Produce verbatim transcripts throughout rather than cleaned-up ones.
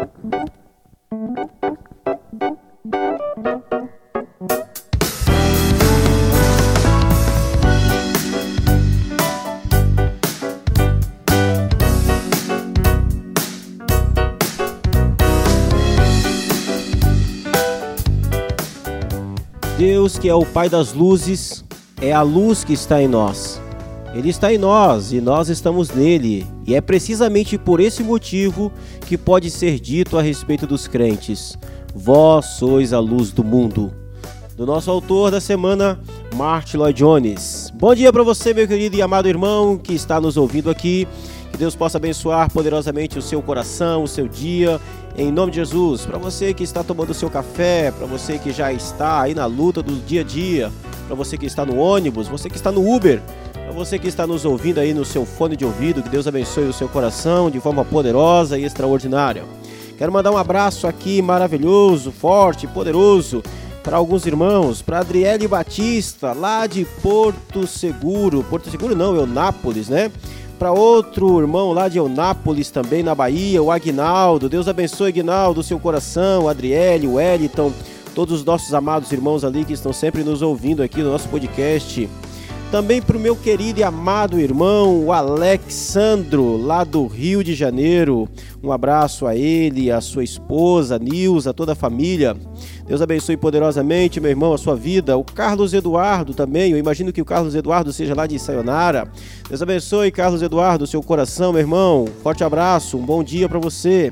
Deus, que é o Pai das luzes, é a luz que está em nós. Ele está em nós e nós estamos nele. E é precisamente por esse motivo que pode ser dito a respeito dos crentes: vós sois a luz do mundo. Do nosso autor da semana, Martyn Lloyd-Jones. Bom dia para você, meu querido e amado irmão que está nos ouvindo aqui. Que Deus possa abençoar poderosamente o seu coração, o seu dia, em nome de Jesus. Para você que está tomando o seu café, para você que já está aí na luta do dia a dia, para você que está no ônibus, você que está no Uber, para você que está nos ouvindo aí no seu fone de ouvido, que Deus abençoe o seu coração de forma poderosa e extraordinária. Quero mandar um abraço aqui maravilhoso, forte, poderoso para alguns irmãos, para Adriele Batista, lá de Porto Seguro, Porto Seguro não, Eunápolis, né? Para outro irmão lá de Eunápolis também, na Bahia, o Aguinaldo. Deus abençoe, Aguinaldo, o seu coração, Adriele, o Wellington, todos os nossos amados irmãos ali que estão sempre nos ouvindo aqui no nosso podcast. Também para o meu querido e amado irmão, o Alexandro, lá do Rio de Janeiro. Um abraço a ele, a sua esposa, a Nilza, a toda a família. Deus abençoe poderosamente, meu irmão, a sua vida. O Carlos Eduardo também, eu imagino que o Carlos Eduardo seja lá de Sayonara. Deus abençoe, Carlos Eduardo, o seu coração, meu irmão. Forte abraço, um bom dia para você.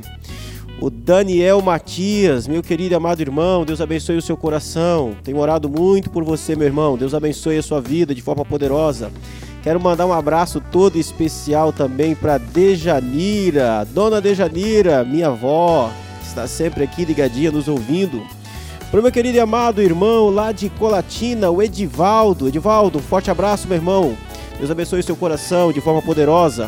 O Daniel Matias, meu querido e amado irmão, Deus abençoe o seu coração. Tenho orado muito por você, meu irmão. Deus abençoe a sua vida de forma poderosa. Quero mandar um abraço todo especial também para Dejanira, Dona Dejanira, minha avó, que está sempre aqui ligadinha nos ouvindo. Para o meu querido e amado irmão lá de Colatina, o Edivaldo. Edivaldo, um forte abraço, meu irmão. Deus abençoe o seu coração de forma poderosa.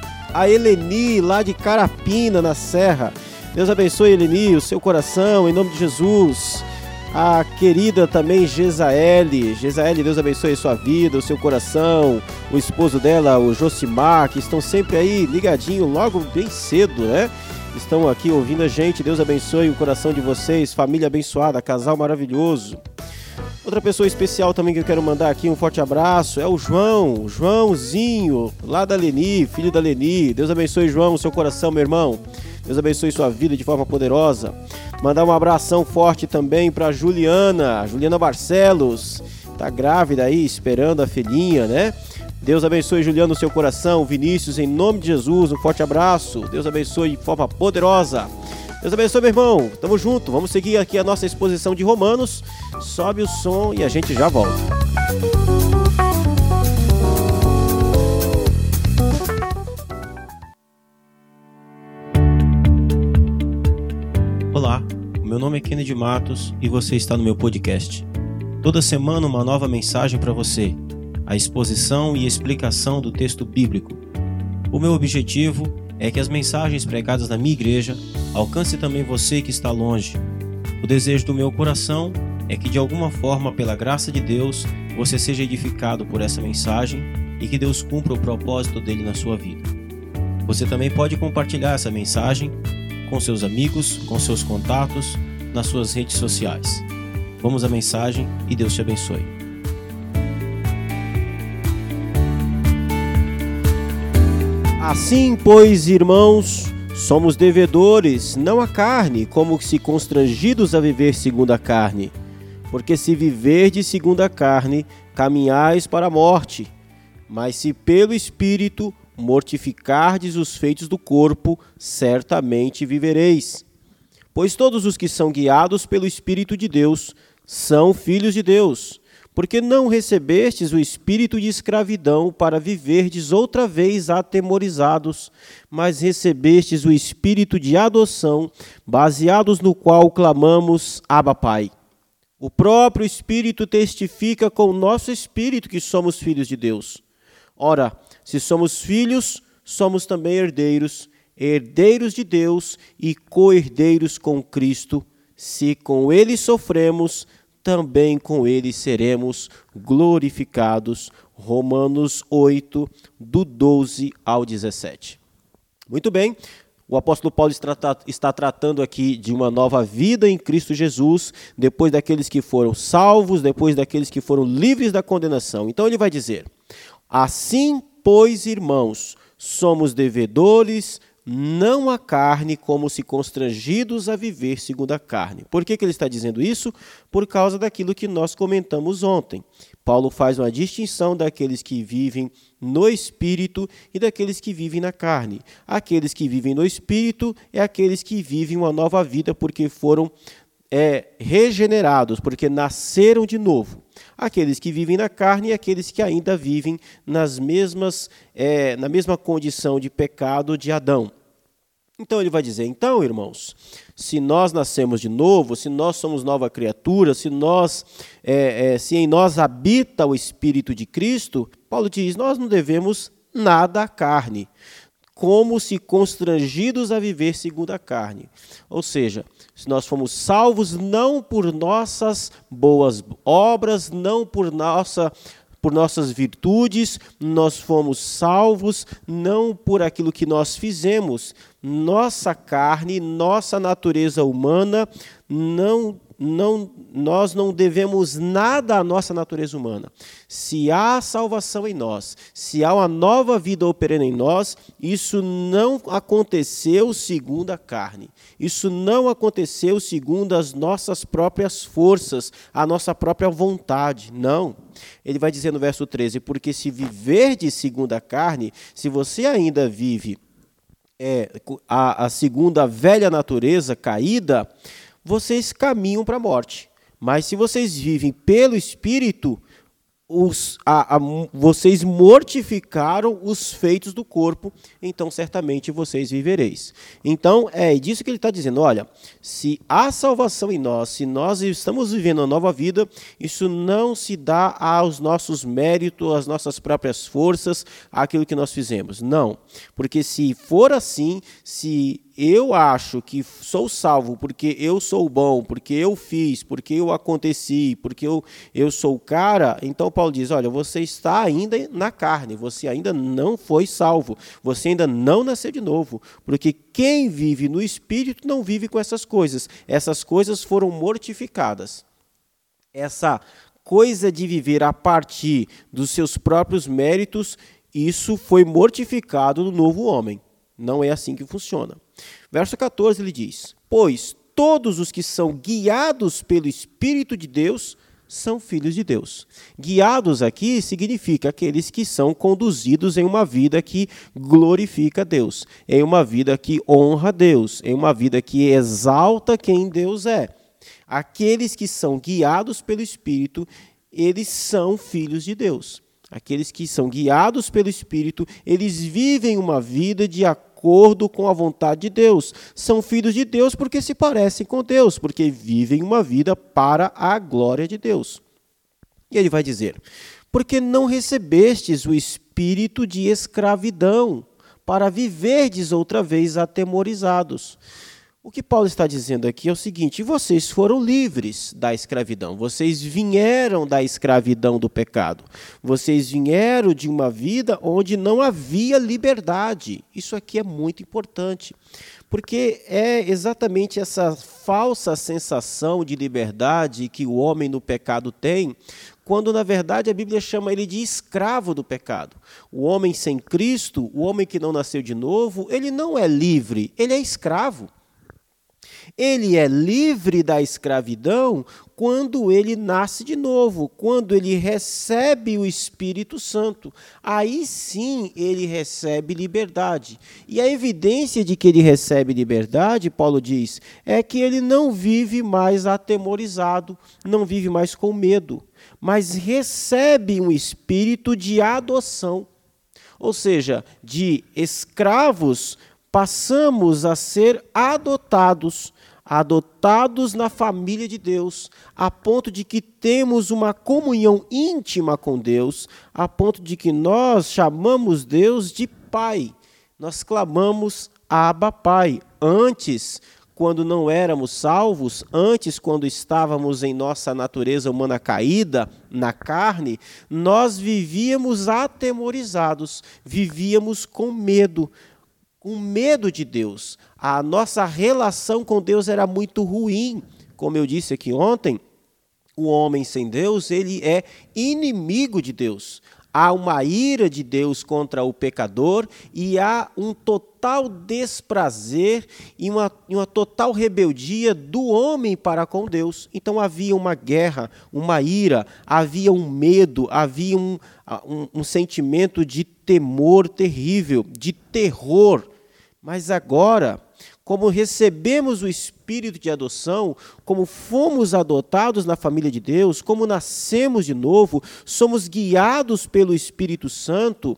A Eleni, lá de Carapina, na Serra. Deus abençoe, Eleni, o seu coração, em nome de Jesus. A querida também Gesaele. Gesaele, Deus abençoe a sua vida, o seu coração. O esposo dela, o Josimar, que estão sempre aí ligadinho, logo bem cedo, né? Estão aqui ouvindo a gente. Deus abençoe o coração de vocês. Família abençoada, casal maravilhoso. Outra pessoa especial também que eu quero mandar aqui um forte abraço é o João, o Joãozinho, lá da Leni, filho da Leni. Deus abençoe, João, o seu coração, meu irmão. Deus abençoe sua vida de forma poderosa. Mandar um abração forte também para Juliana, Juliana Barcelos. Tá grávida aí, esperando a filhinha, né? Deus abençoe, Juliana, o seu coração. Vinícius, em nome de Jesus, um forte abraço. Deus abençoe de forma poderosa. Deus abençoe, meu irmão. Tamo junto. Vamos seguir aqui a nossa exposição de Romanos. Sobe o som e a gente já volta. Olá, meu nome é Kennedy Matos e você está no meu podcast. Toda semana uma nova mensagem para você, a exposição e explicação do texto bíblico. O meu objetivo é que as mensagens pregadas na minha igreja alcancem também você que está longe. O desejo do meu coração é que de alguma forma, pela graça de Deus, você seja edificado por essa mensagem e que Deus cumpra o propósito dele na sua vida. Você também pode compartilhar essa mensagem com seus amigos, com seus contatos, nas suas redes sociais. Vamos à mensagem e Deus te abençoe. Assim, pois, irmãos, somos devedores, não à carne, como se constrangidos a viver segundo a carne. Porque se viverdes segundo a carne, caminhais para a morte. Mas se pelo Espírito mortificardes os feitos do corpo, certamente vivereis. Pois todos os que são guiados pelo Espírito de Deus são filhos de Deus. Porque não recebestes o espírito de escravidão para viverdes outra vez atemorizados, mas recebestes o espírito de adoção, baseados no qual clamamos, Abba, Pai. O próprio Espírito testifica com o nosso espírito que somos filhos de Deus. Ora, se somos filhos, somos também herdeiros, herdeiros de Deus e co-herdeiros com Cristo. Se com Ele sofremos, também com Ele seremos glorificados. Romanos oito, do doze ao dezessete. Muito bem, O apóstolo Paulo está tratando aqui de uma nova vida em Cristo Jesus, depois daqueles que foram salvos, depois daqueles que foram livres da condenação. Então ele vai dizer: assim, pois, irmãos, somos devedores, não à carne, como se constrangidos a viver segundo a carne. Por que que ele está dizendo isso? Por causa daquilo que nós comentamos ontem. Paulo faz uma distinção daqueles que vivem no Espírito e daqueles que vivem na carne. Aqueles que vivem no Espírito é aqueles que vivem uma nova vida porque foram é, regenerados, porque nasceram de novo. Aqueles que vivem na carne e aqueles que ainda vivem nas mesmas, é, na mesma condição de pecado de Adão. Então ele vai dizer: então, irmãos, se nós nascemos de novo, se nós somos nova criatura, se, nós, é, é, se em nós habita o Espírito de Cristo, Paulo diz, nós não devemos nada à carne, como se constrangidos a viver segundo a carne. Ou seja, se nós fomos salvos não por nossas boas obras, não por, nossa, por nossas virtudes, nós fomos salvos não por aquilo que nós fizemos. Nossa carne, nossa natureza humana, não, não, nós não devemos nada à nossa natureza humana. Se há salvação em nós, se há uma nova vida operando em nós, isso não aconteceu segundo a carne. Isso não aconteceu segundo as nossas próprias forças, a nossa própria vontade. Não. Ele vai dizer no verso treze, porque se viverdes segundo a carne, se você ainda vive é, a, a segunda velha natureza caída, vocês caminham para a morte. Mas se vocês vivem pelo Espírito, os, a, a, vocês mortificaram os feitos do corpo, então certamente vocês vivereis. Então é disso que ele está dizendo, olha, se há salvação em nós, se nós estamos vivendo uma nova vida, isso não se dá aos nossos méritos, às nossas próprias forças, àquilo que nós fizemos. Não, porque se for assim, se eu acho que sou salvo porque eu sou bom, porque eu fiz, porque eu aconteci, porque eu, eu sou o cara, então Paulo diz, olha, você está ainda na carne, você ainda não foi salvo, você ainda não nasceu de novo, porque quem vive no Espírito não vive com essas coisas, essas coisas foram mortificadas. Essa coisa de viver a partir dos seus próprios méritos, isso foi mortificado no novo homem. Não é assim que funciona. Verso quatorze, ele diz, pois todos os que são guiados pelo Espírito de Deus são filhos de Deus. Guiados aqui significa aqueles que são conduzidos em uma vida que glorifica a Deus, em uma vida que honra a Deus, em uma vida que exalta quem Deus é. Aqueles que são guiados pelo Espírito, eles são filhos de Deus. Aqueles que são guiados pelo Espírito, eles vivem uma vida de acordo com a vontade de Deus. São filhos de Deus porque se parecem com Deus, porque vivem uma vida para a glória de Deus. E ele vai dizer, porque não recebestes o espírito de escravidão, para viverdes outra vez atemorizados. O que Paulo está dizendo aqui é o seguinte, vocês foram livres da escravidão, vocês vieram da escravidão do pecado, vocês vieram de uma vida onde não havia liberdade. Isso aqui é muito importante, porque é exatamente essa falsa sensação de liberdade que o homem no pecado tem, quando na verdade a Bíblia chama ele de escravo do pecado. O homem sem Cristo, o homem que não nasceu de novo, ele não é livre, ele é escravo. Ele é livre da escravidão quando ele nasce de novo, quando ele recebe o Espírito Santo. Aí sim ele recebe liberdade. E a evidência de que ele recebe liberdade, Paulo diz, é que ele não vive mais atemorizado, não vive mais com medo, mas recebe um espírito de adoção. Ou seja, de escravos passamos a ser adotados, adotados na família de Deus, a ponto de que temos uma comunhão íntima com Deus, a ponto de que nós chamamos Deus de Pai. Nós clamamos Abba, Pai. Antes, quando não éramos salvos, antes, quando estávamos em nossa natureza humana caída, na carne, nós vivíamos atemorizados, vivíamos com medo. com medo de Deus. A nossa relação com Deus era muito ruim. Como eu disse aqui ontem, o homem sem Deus, ele é inimigo de Deus. Há uma ira de Deus contra o pecador e há um total desprazer e uma, uma total rebeldia do homem para com Deus. Então havia uma guerra, uma ira, havia um medo, havia um, um, um sentimento de temor terrível, de terror. Mas agora, como recebemos o Espírito de adoção, como fomos adotados na família de Deus, como nascemos de novo, somos guiados pelo Espírito Santo,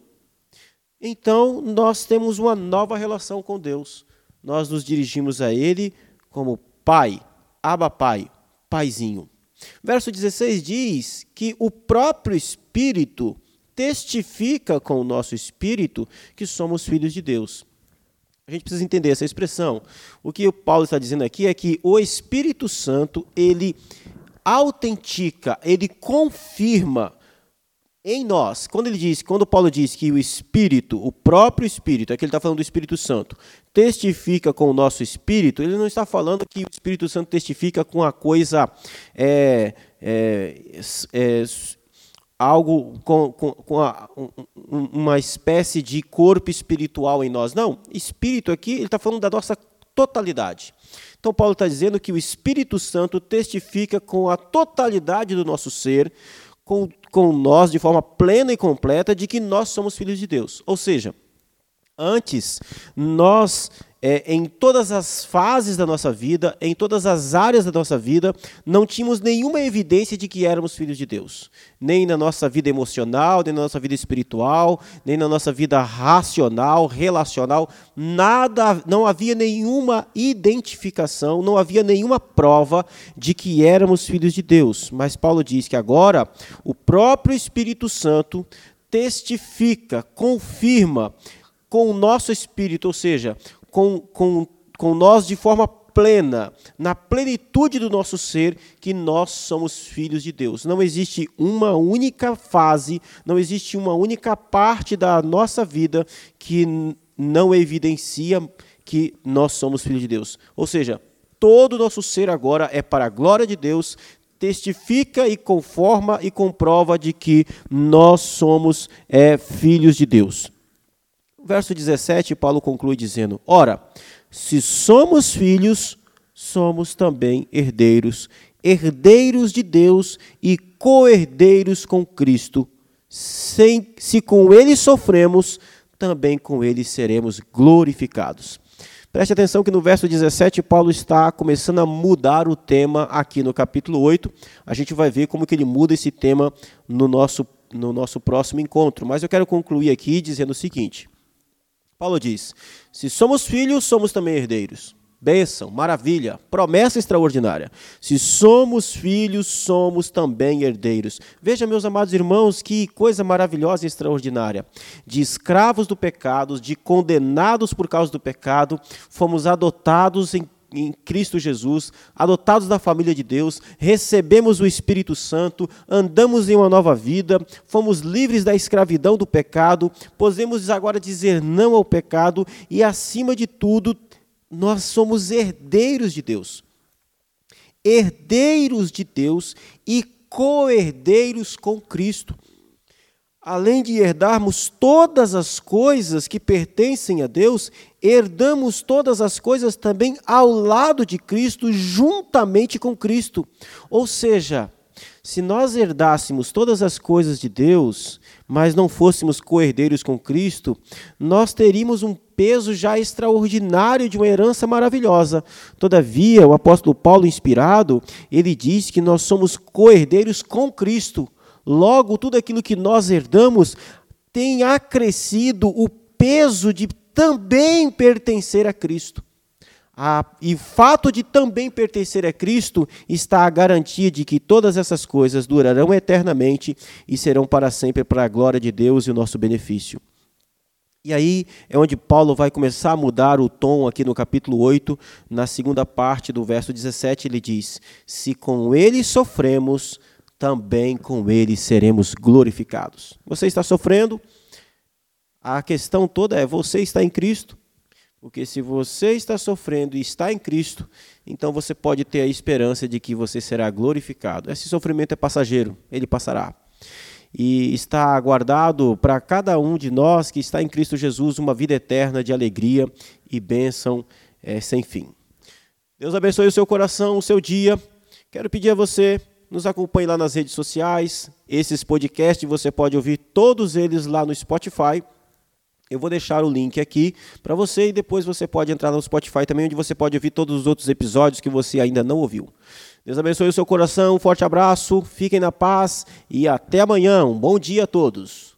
então nós temos uma nova relação com Deus. Nós nos dirigimos a Ele como Pai, Abba Pai, Paizinho. Verso dezesseis diz que o próprio Espírito testifica com o nosso Espírito que somos filhos de Deus. A gente precisa entender essa expressão. O que o Paulo está dizendo aqui é que o Espírito Santo, ele autentica, ele confirma em nós. Quando ele diz, quando Paulo diz que o Espírito, o próprio Espírito, é que ele está falando do Espírito Santo, testifica com o nosso Espírito, ele não está falando que o Espírito Santo testifica com a coisa é, é, é, algo com, com, com a, um, uma espécie de corpo espiritual em nós. Não, espírito aqui, ele está falando da nossa totalidade. Então, Paulo está dizendo que o Espírito Santo testifica com a totalidade do nosso ser, com, com nós, de forma plena e completa, de que nós somos filhos de Deus. Ou seja, antes, nós, é, em todas as fases da nossa vida, em todas as áreas da nossa vida, não tínhamos nenhuma evidência de que éramos filhos de Deus. Nem na nossa vida emocional, nem na nossa vida espiritual, nem na nossa vida racional, relacional, nada, não havia nenhuma identificação, não havia nenhuma prova de que éramos filhos de Deus. Mas Paulo diz que agora o próprio Espírito Santo testifica, confirma, com o nosso espírito, ou seja, com, com, com nós de forma plena, na plenitude do nosso ser, que nós somos filhos de Deus. Não existe uma única fase, não existe uma única parte da nossa vida que não evidencia que nós somos filhos de Deus. Ou seja, todo o nosso ser agora é para a glória de Deus, testifica e conforma e comprova de que nós somos é, filhos de Deus. Verso dezessete, Paulo conclui dizendo: ora, se somos filhos, somos também herdeiros, herdeiros de Deus e co-herdeiros com Cristo. Sem, se com ele sofremos, também com ele seremos glorificados. Preste atenção que no verso dezessete, Paulo está começando a mudar o tema aqui no capítulo oito. A gente vai ver como que ele muda esse tema no nosso, no nosso próximo encontro. Mas eu quero concluir aqui dizendo o seguinte. Paulo diz, se somos filhos, somos também herdeiros. Bênção, maravilha, promessa extraordinária. Se somos filhos, somos também herdeiros. Veja, meus amados irmãos, que coisa maravilhosa e extraordinária. De escravos do pecado, de condenados por causa do pecado, fomos adotados em em Cristo Jesus, adotados da família de Deus, recebemos o Espírito Santo, andamos em uma nova vida, fomos livres da escravidão do pecado, podemos agora dizer não ao pecado e, acima de tudo, nós somos herdeiros de Deus. Herdeiros de Deus e co-herdeiros com Cristo. Além de herdarmos todas as coisas que pertencem a Deus, herdamos todas as coisas também ao lado de Cristo, juntamente com Cristo. Ou seja, se nós herdássemos todas as coisas de Deus, mas não fôssemos co-herdeiros com Cristo, nós teríamos um peso já extraordinário de uma herança maravilhosa. Todavia, o apóstolo Paulo, inspirado, ele diz que nós somos co-herdeiros com Cristo. Logo, tudo aquilo que nós herdamos tem acrescido o peso de também pertencer a Cristo. Ah, e o fato de também pertencer a Cristo está a garantia de que todas essas coisas durarão eternamente e serão para sempre para a glória de Deus e o nosso benefício. E aí é onde Paulo vai começar a mudar o tom aqui no capítulo oito, na segunda parte do verso dezessete, ele diz, se com ele sofremos, também com ele seremos glorificados. Você está sofrendo? A questão toda é, você está em Cristo? Porque se você está sofrendo e está em Cristo, então você pode ter a esperança de que você será glorificado. Esse sofrimento é passageiro, ele passará. E está aguardado para cada um de nós que está em Cristo Jesus uma vida eterna de alegria e bênção é, sem fim. Deus abençoe o seu coração, o seu dia. Quero pedir a você, nos acompanhe lá nas redes sociais. Esses podcasts você pode ouvir todos eles lá no Spotify. Eu vou deixar o link aqui para você e depois você pode entrar no Spotify também, onde você pode ouvir todos os outros episódios que você ainda não ouviu. Deus abençoe o seu coração, um forte abraço, fiquem na paz e até amanhã. Um bom dia a todos.